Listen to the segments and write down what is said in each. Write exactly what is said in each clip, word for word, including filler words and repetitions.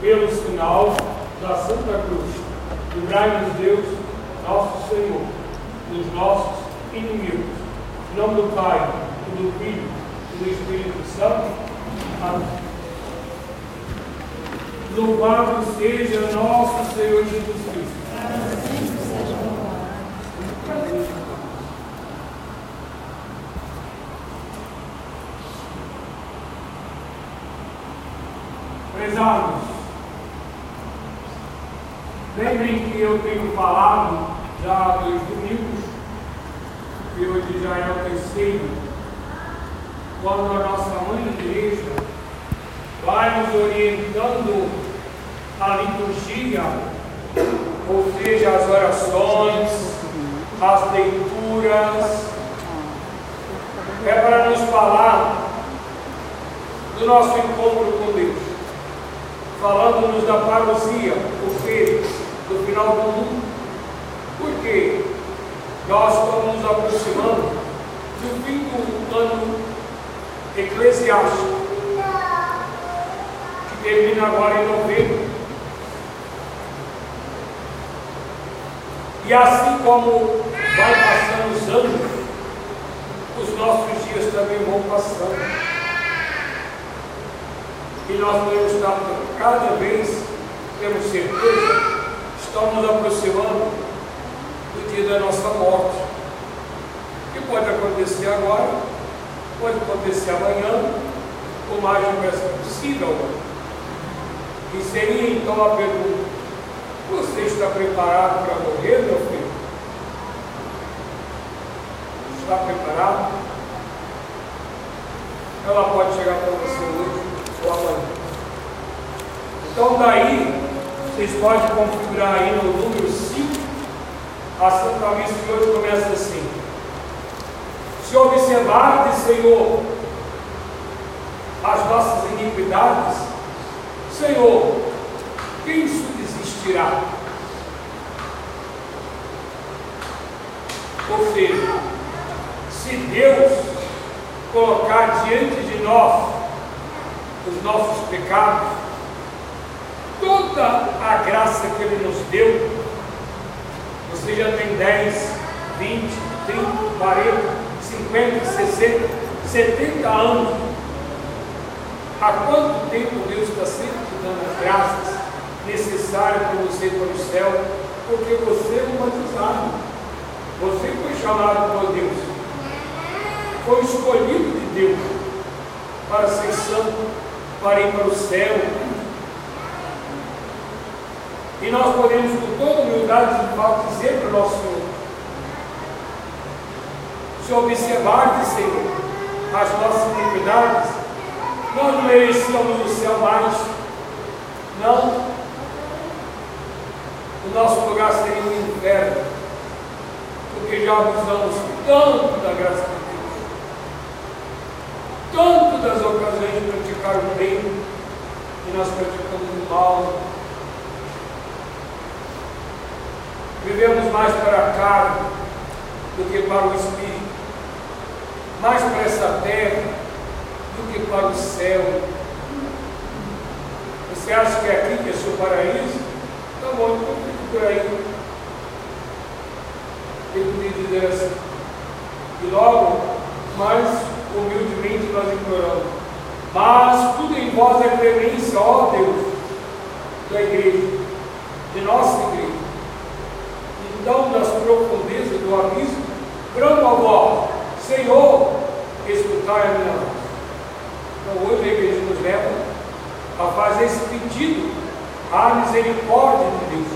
pelo sinal da Santa Cruz, livrai-nos Deus, nosso Senhor, dos nossos inimigos. Em nome do Pai, e do Filho, e do Espírito Santo. Amém. Louvado seja nosso Senhor Jesus Cristo. Prezados, lembrem que eu tenho falado já há dois domingos, que hoje já é o terceiro, quando a nossa mãe igreja vai nos orientando a liturgia, ou seja, as orações, as leituras, é para nos falar do nosso encontro com Deus, falando-nos da parousia, ou seja, do final do mundo. Por quê? Nós estamos nos aproximando do fim do ano eclesiástico, que termina agora em novembro. E assim como vai passando os anos, os nossos dias também vão passando. E nós podemos estar cada vez, temos certeza, estamos nos aproximando do dia da nossa morte, que pode acontecer agora, pode acontecer amanhã, o mais depressa possível. E seria então a pergunta: você está preparado para morrer, meu filho? Está preparado? Ela pode chegar para você hoje ou amanhã. Então daí, vocês podem configurar aí no número cinco, a Santa Missa de hoje começa assim: se observardes, Senhor, as nossas iniquidades, Senhor, quem subsistirá? Ou seja, se Deus colocar diante de nós os nossos pecados, toda a graça que Ele nos deu, você já tem dez, vinte, trinta, quarenta, cinquenta, sessenta, setenta anos. Há quanto tempo Deus está sempre te dando as graças necessárias para você ir para o céu? Porque você é um batizado, você foi chamado por Deus, foi escolhido de Deus para ser santo, para ir para o céu. E nós podemos, com toda humildade, dizer para o nosso Senhor: se observardes, Senhor, as nossas iniquidades, nós não merecíamos o céu mais, não. O nosso lugar seria o inferno, porque já abusamos tanto da graça de Deus, tanto das ocasiões de praticar o bem, e nós praticamos o mal. Vivemos mais para a carne do que para o Espírito, mais para essa terra do que para o céu. Você acha que é aqui que é seu paraíso? Tá bom, então fico por aí. Eu podia dizer assim. E logo, mais humildemente nós imploramos: mas tudo em vós é clemência, ó Deus, da igreja, de nossa igreja. Então, nas profundezas do abismo, clamo a vós: Senhor, escutai a minha voz. Então, hoje a igreja nos leva a fazer esse pedido à misericórdia de Deus.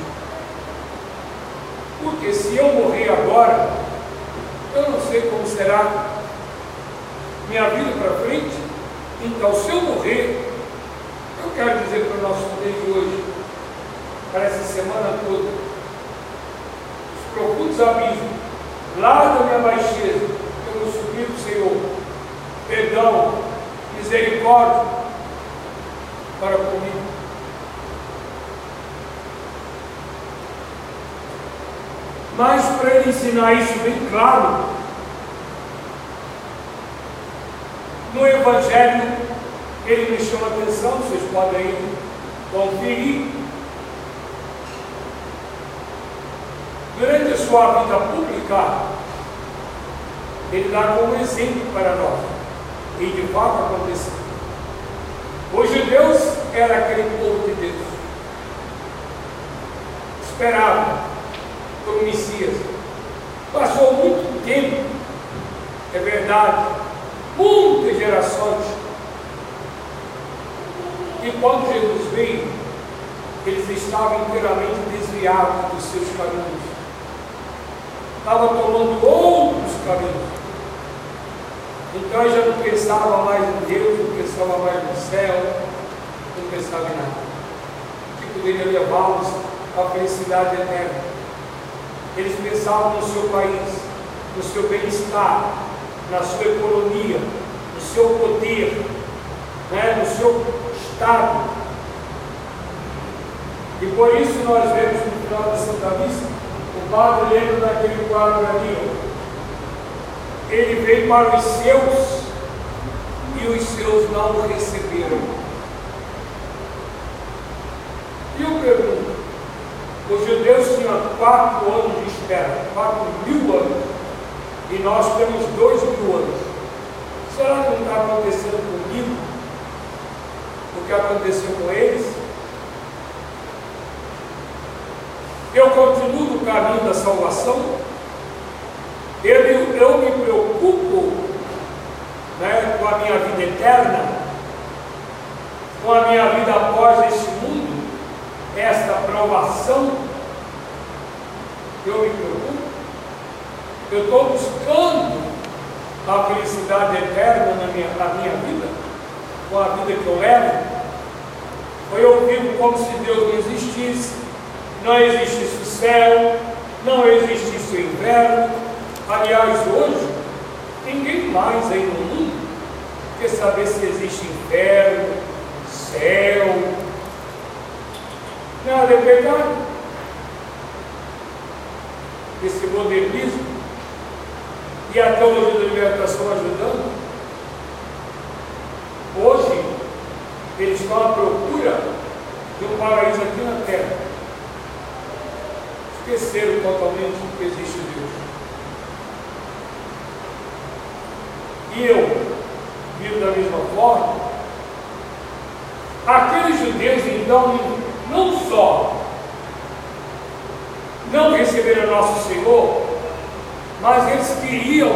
Porque se eu morrer agora, eu não sei como será minha vida para frente. Então, se eu morrer, eu quero dizer para o nosso dia de hoje, para essa semana toda, os profundos abismos, lá da minha baixeza, eu vou subir do Senhor, perdão, misericórdia para comigo. Mas para ele ensinar isso bem claro, no Evangelho, ele me chama a atenção, vocês podem conferir. Durante a sua vida pública, ele dá como exemplo para nós, e de fato aconteceu. Os judeus eram aquele povo de Deus, esperava por um Messias. Passou muito tempo, é verdade, muitas gerações, e quando Jesus veio, eles estavam inteiramente desviados dos seus caminhos, estavam tomando outros caminhos. Então eu já não pensava mais em Deus, não pensava mais no céu, não pensava em nada que poderia levá-los à felicidade eterna. Eles pensavam no seu país, no seu bem-estar, na sua economia, no seu poder, né, no seu estado. E por isso nós vemos no final da Santa Missa, o padre lembra daquele quadro ali, ó. Ele veio para os seus e os seus não o receberam. E eu pergunto, os judeus tinham quatro anos de espera, quatro mil anos, e nós temos dois mil anos. Será que não está acontecendo comigo o que aconteceu com eles? Eu continuo no caminho da salvação. Eu, eu me preocupo, né, com a minha vida eterna, com a minha vida após este mundo, esta provação. Eu me preocupo. Eu estou buscando a felicidade eterna na minha, na minha vida, com a vida que eu levo. Ou eu vivo como se Deus não existisse, não existisse o céu, não existisse o inverno. Aliás, hoje, ninguém mais aí no mundo quer saber se existe inferno, céu. Nada é pecado. Esse modernismo e a teologia da libertação ajudando. Hoje, eles estão à procura de um paraíso aqui na terra. Esqueceram totalmente que existe Deus. E eu vivo da mesma forma. Aqueles judeus, então, não só não receberam nosso Senhor, mas eles queriam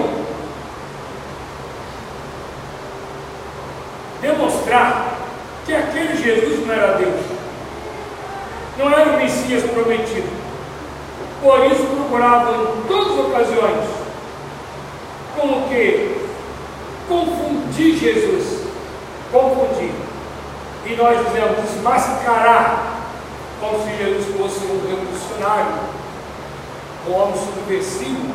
demonstrar que aquele Jesus não era Deus, não era o Messias prometido. Por isso procuravam em todas as ocasiões como que confundir Jesus, confundir, e nós dizemos desmascarar, como se Jesus fosse um revolucionário, um homem subversivo.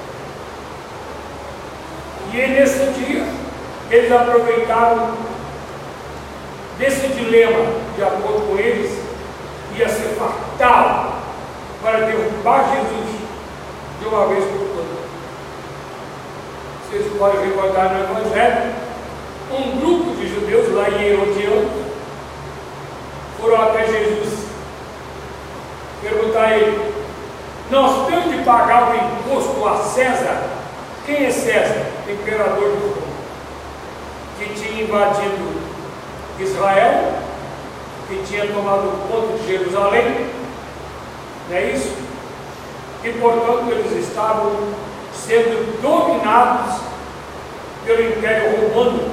E nesse dia eles aproveitaram desse dilema, de acordo com eles, ia ser fatal para derrubar Jesus de uma vez por todas. Vocês podem recordar no Evangelho, um grupo de judeus lá em Herodiano foram até Jesus perguntar a ele: nós temos de pagar o imposto a César? Quem é César? O imperador de Roma, que tinha invadido Israel, que tinha tomado conta de Jerusalém, não é isso? E portanto eles estavam sendo dominados pelo Império Romano.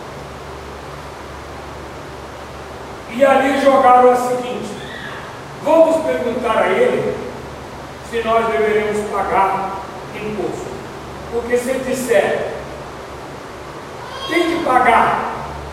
E ali jogaram a seguinte: vamos perguntar a ele se nós deveremos pagar imposto. Porque se ele disser tem que pagar,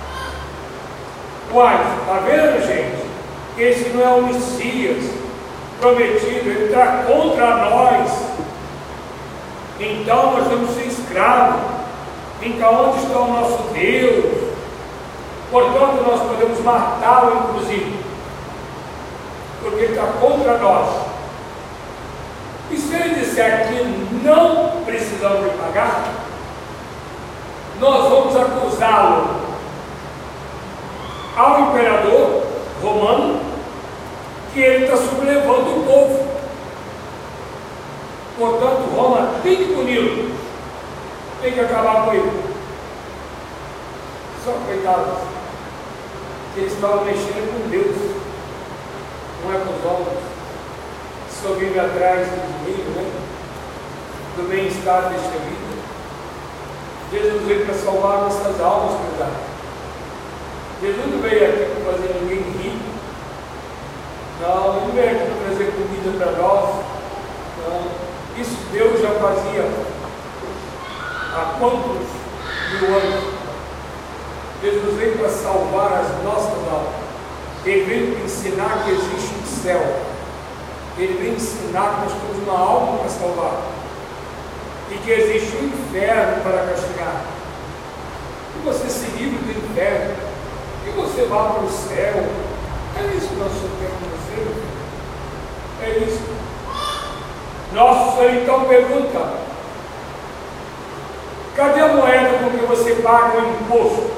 uai, está vendo, gente? Esse não é o Messias prometido, ele está contra nós. Então nós vamos ser escravos. Então onde está o nosso Deus? Portanto nós podemos matá-lo, inclusive, porque ele está contra nós. E se ele disser que não precisamos de pagar, nós vamos acusá-lo ao imperador romano que ele está sublevando o povo. Portanto, Roma tem que puni-lo, tem que acabar com ele. Só coitados, que eles estavam mexendo com Deus, não é com os homens. Só vive atrás do dinheiro, né? Do bem-estar desta vida. Jesus veio para salvar nossas almas, verdade. Jesus não veio aqui para fazer ninguém rico. Não, ele não veio aqui para trazer comida para nós. Não. Isso Deus já fazia há quantos mil anos? Jesus veio para salvar as nossas almas. Ele veio para ensinar que existe um céu. Ele veio ensinar que nós temos uma alma para salvar. E que existe um inferno para castigar. Que você se livre do inferno. Que você vá para o céu. É isso que nós queremos dizer. É isso. Nosso Senhor então pergunta: cadê a moeda com que você paga o imposto?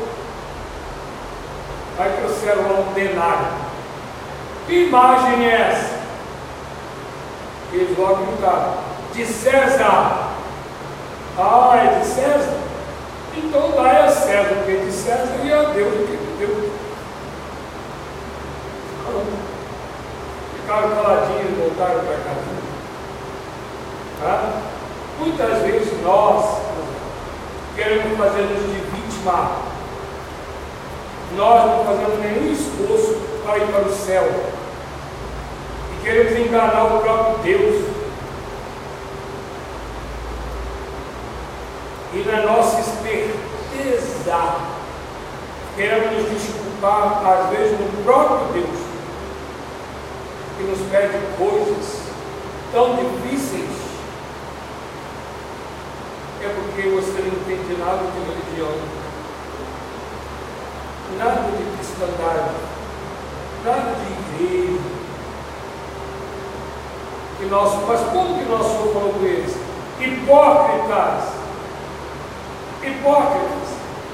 Aí trouxeram lá um denário. Que imagem é essa? Eles logo gritaram: de César. Ah, é de César? Então dá a César o que é de César e a Deus o que é de Deus. Ficaram caladinhos e voltaram para casa. Tá? Muitas vezes nós queremos fazer-nos de vítima. Nós não fazemos nenhum esforço para ir para o céu. E queremos enganar o próprio Deus. E na nossa esperteza, queremos nos desculpar, às vezes, no próprio Deus, que nos pede coisas tão difíceis. É porque você não entende nada de religião, nada de cristandade, nada de igreja. Que nós, mas como que nós somos falando com eles? Hipócritas! Hipócritas!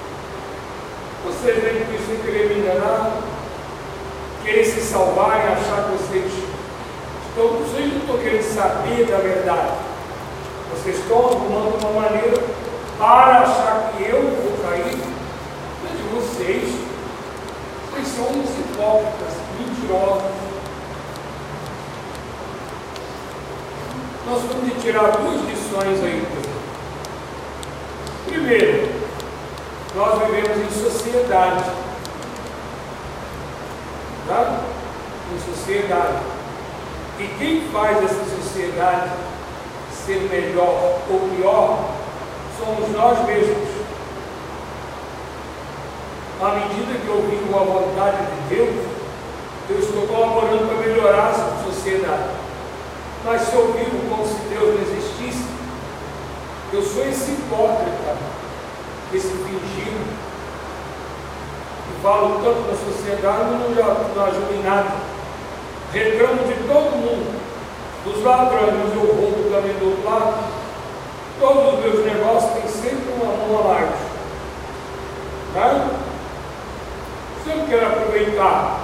Vocês vêm com isso sem querer me enganar, querer se salvar e achar que vocês estão, vocês não estão querendo saber da verdade. Vocês estão arrumando uma maneira para achar que eu vou cair. Mas de vocês, vocês são uns hipócritas, mentirosos. Nós vamos tirar duas lições aí. Primeiro, nós vivemos em sociedade. Tá? Em sociedade. E quem faz essa sociedade ser melhor ou pior somos nós mesmos. À medida que eu vivo a vontade de Deus, eu estou colaborando para melhorar essa sociedade. Mas se eu vivo como se Deus não existisse, eu sou esse hipócrita, esse fingido, que falo tanto na sociedade, mas não, não ajuda em nada. Reclamo de todo mundo, dos ladrões, eu roubo também do outro lado. Todos os meus negócios têm sempre uma mão a mais. Tá? Sempre quero aproveitar.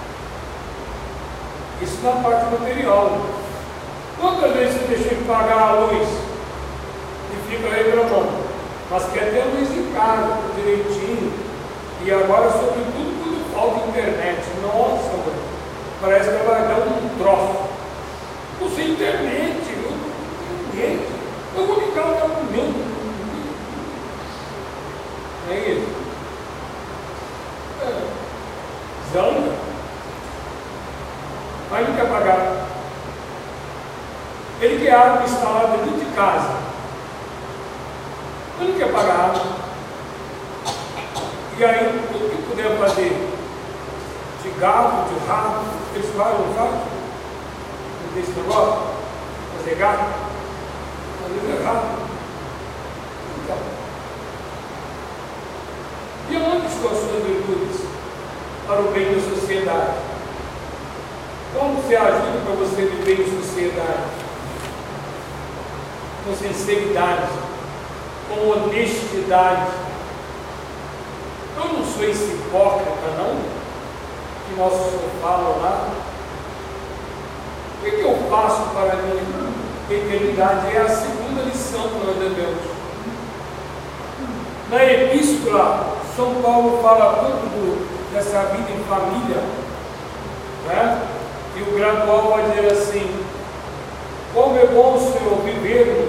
Isso na parte material. Quantas vezes você deixou de pagar a luz e fica reclamando? Mas quer ter a luz em casa, direitinho. E agora, sobretudo, quando falta internet. Nossa, mano, parece que vai dar um troço. Você internet, eu internet. Eu vou ligar o meu. Não é isso? É. Zanga. Mas não quer pagar. Ele quer água instalada dentro de casa. Ele não quer pagar água. E aí, tudo que puder fazer de gato, de rato, eles fazem, não fazem? Não tem esse negócio? Fazer gato? Fazer errado. Então. E onde estão as suas virtudes para o bem da sociedade? Como você ajuda para você viver em sociedade? Com sinceridade, com honestidade. Eu não sou esse hipócrita, não, que nosso Senhor fala lá. que, que eu faço para a minha eternidade? É a segunda lição que nós devemos. Na epístola, São Paulo fala tanto do, dessa vida em família, né? E o gradual vai dizer assim: como é bom, Senhor, vivermos.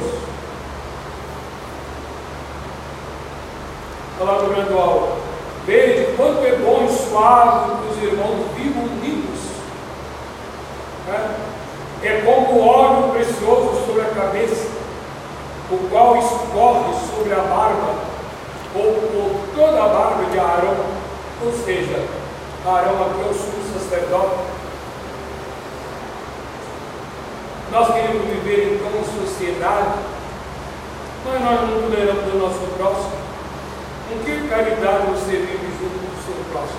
Falar do gradual: vede quanto é bom e suave que os irmãos vivam unidos. Né? É como o óleo precioso sobre a cabeça, o qual escorre sobre a barba, ou por toda a barba de Arão, ou seja, Arão aqui é o sumo sacerdote. Nós queremos viver então em sociedade, mas nós não toleramos o nosso próximo. Com que caridade você vive junto do seu próximo?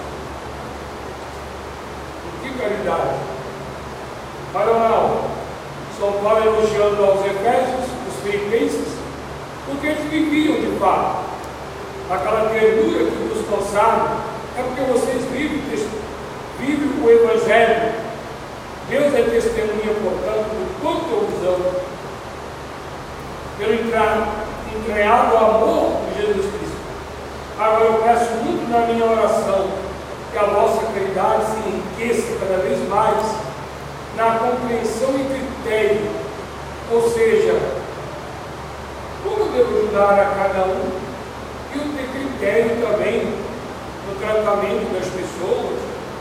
Com que caridade? Para não, São Paulo elogiando aos Efésios, os Filipenses, porque eles viviam de fato aquela ternura que nos consagra, é porque vocês vivem, vivem o Evangelho. Deus é testemunha, portanto, do quanto eu os amo, pelo entranhado amor de Jesus Cristo. Agora eu peço muito na minha oração que a vossa caridade se enriqueça cada vez mais na compreensão e critério, ou seja, como eu devo ajudar a cada um, e o ter critério também no tratamento das pessoas,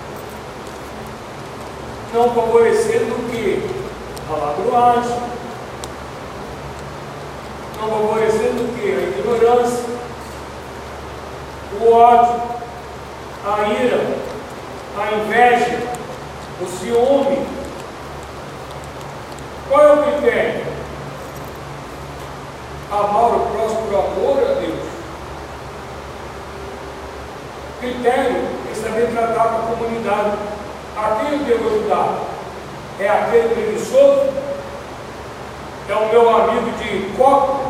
não favorecendo o que? A ladruagem, não favorecendo o que? A ignorância, o ódio, a ira, a inveja, o ciúme. Qual é o critério? Amar o próximo por amor a Deus. Critério é saber tratar com a comunidade. A quem eu devo ajudar? É aquele preguiçoso? É o meu amigo de copo?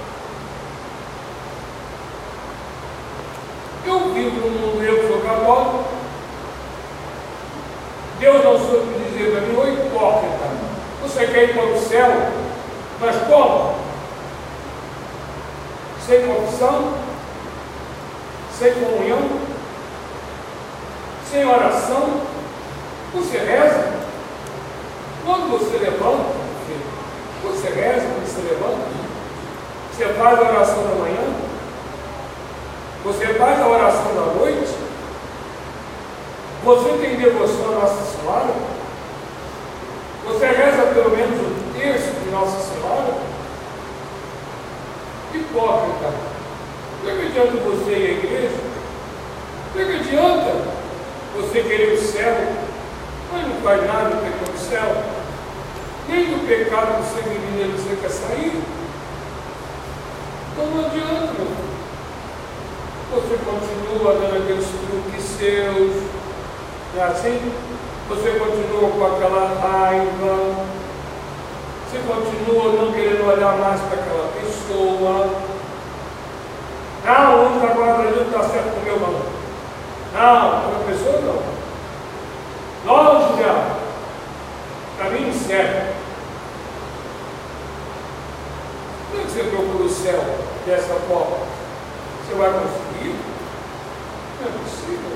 Eu vivo num mundo, eu sou católico. Deus não soube dizer para mim: ô hipócrita, você quer ir para o céu, mas como? Sem confissão, sem comunhão, sem oração. Você reza? Quando você levanta, você reza quando você levanta? Você faz a oração da manhã? Você faz a oração da noite? Você tem devoção a Nossa Senhora? Você reza pelo menos um terço de Nossa Senhora? Hipócrita, o que adianta você ir à igreja? O que adianta você querer o céu, mas não faz nada do pecado do céu? Nem do pecado do sangue mineiro você quer sair? Então não adianta, meu filho. Você continua dando aqueles truques seus, não é assim? Você continua com aquela raiva, você continua não querendo olhar mais para aquela pessoa. Não, o único agora não está certo com o meu irmão. Não, aquela pessoa não. Longe dela. Para mim não serve. Como é que você procura o céu dessa forma? Você vai conseguir? Não é possível.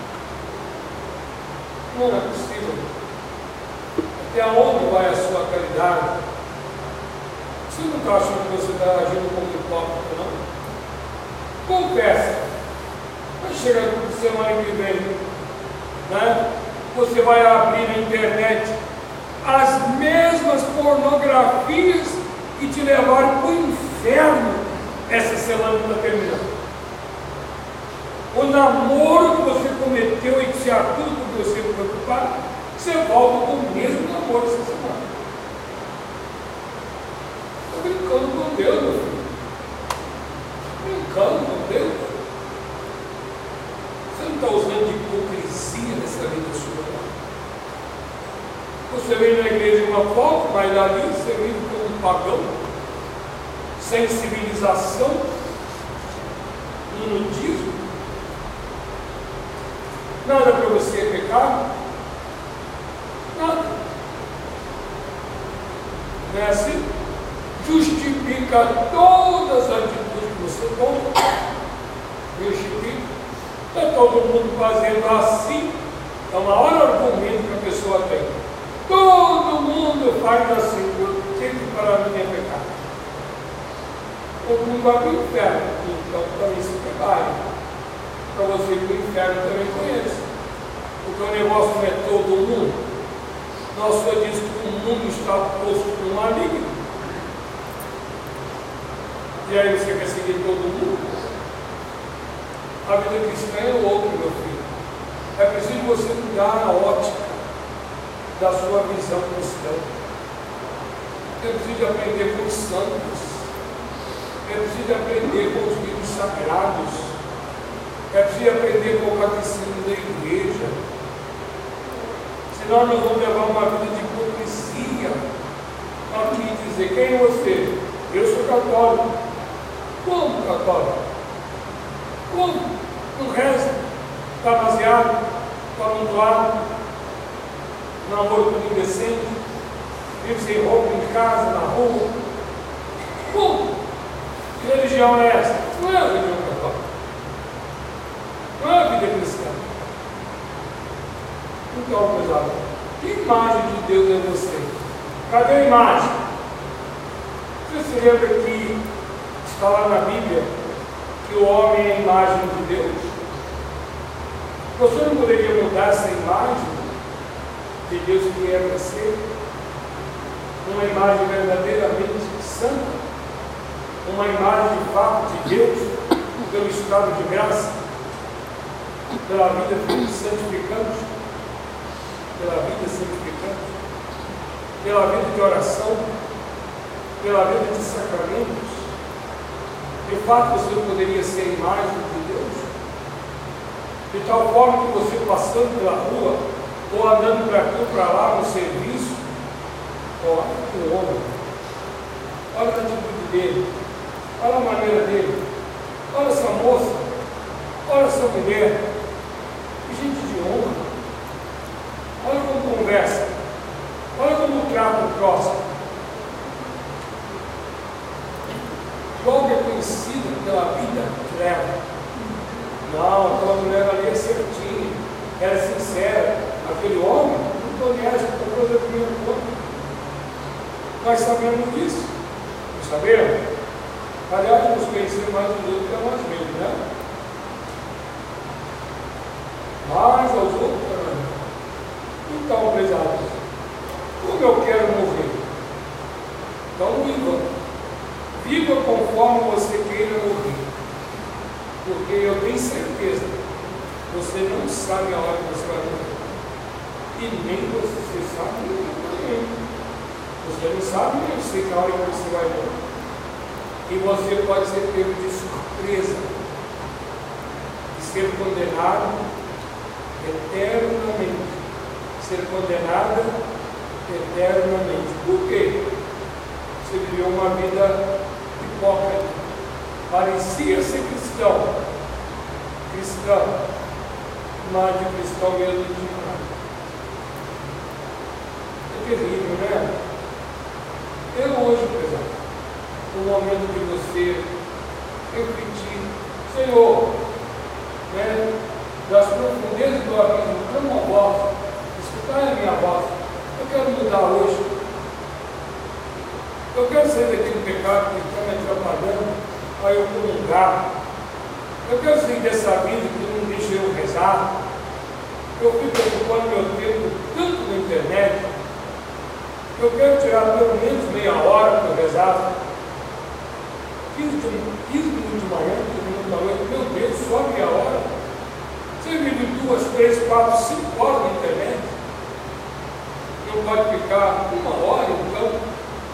Não é possível. Até onde vai a sua caridade? Você não está achando que você está agindo como hipócrita, não? Confessa. Vai chegar semana que vem, né? Você vai abrir na internet as mesmas pornografias que te levaram para o inferno essa semana que está terminando. O namoro que você cometeu e tinha tudo que você preocupado, você volta com o mesmo namoro essa semana. Estou brincando com Deus, meu filho. Brincando com Deus. Você não está usando de hipocrisia nessa vida sua, não. Você vem na igreja de uma forma, mas dali você vive como um pagão, sem civilização, um nudismo. Nada para você é pecado? Nada. é assim? Justifica todas as atitudes que você toma. Justifica. Está todo mundo fazendo assim. É o maior argumento que a pessoa tem. Todo mundo faz assim. Por que para mim é pecado? Todo mundo vai para o inferno. Então também se prepare. Para você ir para o inferno também conhece. Porque o negócio não é todo mundo. Nosso Senhor diz que o mundo está posto no maligno. E aí você quer seguir todo mundo? A vida cristã é outra, meu filho. É preciso você mudar a ótica da sua visão cristã. É preciso aprender com os santos. É preciso aprender com os livros sagrados. É preciso aprender com o catecismo da igreja. Senão nós vamos levar uma vida de hipocrisia. Aqui dizer, quem é você? Eu sou católico. Como católico? Como? Não reza, está baseado, está amontoado, namoro com indecente, vive sem roupa em casa, na rua. Como? Que religião é essa? Não é a religião católica. Não é a vida cristã. Então, pessoal, que imagem de Deus é você? Cadê a imagem? Você se lembra que está lá na Bíblia que o homem é a imagem de Deus? Você não poderia mudar essa imagem de Deus que é você? Uma imagem verdadeiramente santa? Uma imagem de fato de Deus, pelo estado de graça, pela vida santificante, pela vida santificante, pela vida de oração, pela vida de sacramentos. De fato, você poderia ser a imagem de Deus, de tal forma que você passando pela rua, ou andando para aqui ou para lá no serviço, olha o homem, olha a atitude dele, olha a maneira dele, olha essa moça, olha essa mulher, que gente de honra, olha como conversa, olha como trata o próximo. Logo é conhecida pela vida que leva. Não, aquela mulher ali é certinha, ela é sincera. Aquele homem, muito honesto, comprou da primeira conta. Nós sabemos disso. Não sabemos? Aliás, nos conhecemos mais dos outros que a nós mesmos, né? Mais aos outros que a nós mesmos. Então, prezados, como eu quero morrer? Então, viva. Viva conforme você queira morrer, porque eu tenho certeza, você não sabe a hora que você vai morrer, e nem você sabe nem eu. Você não sabe nem eu sei que a hora que você vai morrer, e você pode ser pego de surpresa, e ser condenado eternamente, ser condenada eternamente. Por quê? Você viveu uma vida hipócrita, parecia ser cristão, cristão, mas de cristão mesmo de nada. É terrível, né? Eu hoje, pessoal, no momento de você refletir, Senhor, né, das profundezas do abismo, clama a voz, escutai a minha voz, eu quero mudar hoje. Eu quero sair daquele pecado que está me atrapalhando a eu comungar. Eu quero sair dessa vida que não deixa eu rezar. Eu fico ocupando meu tempo tanto na internet. Eu quero tirar pelo menos meia hora para rezar. quinze minutos de manhã, quinze minutos da noite. Meu Deus, só meia hora. Você vive duas, três, quatro, cinco horas na internet. Não pode ficar uma hora, então,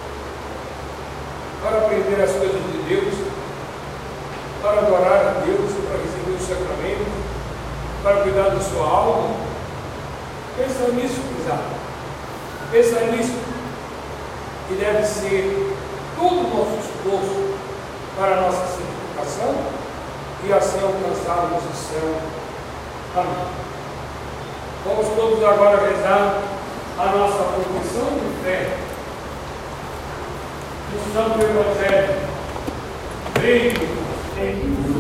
para aprender as coisas de Deus, para adorar a Deus, para receber os sacramentos, para cuidar da sua alma. Pensa nisso, pesado. Pensa nisso. Que deve ser todo o nosso esforço para a nossa santificação e assim alcançarmos o céu. Amém. Vamos todos agora rezar a nossa confissão de fé. do Santo Evangelho. Creio em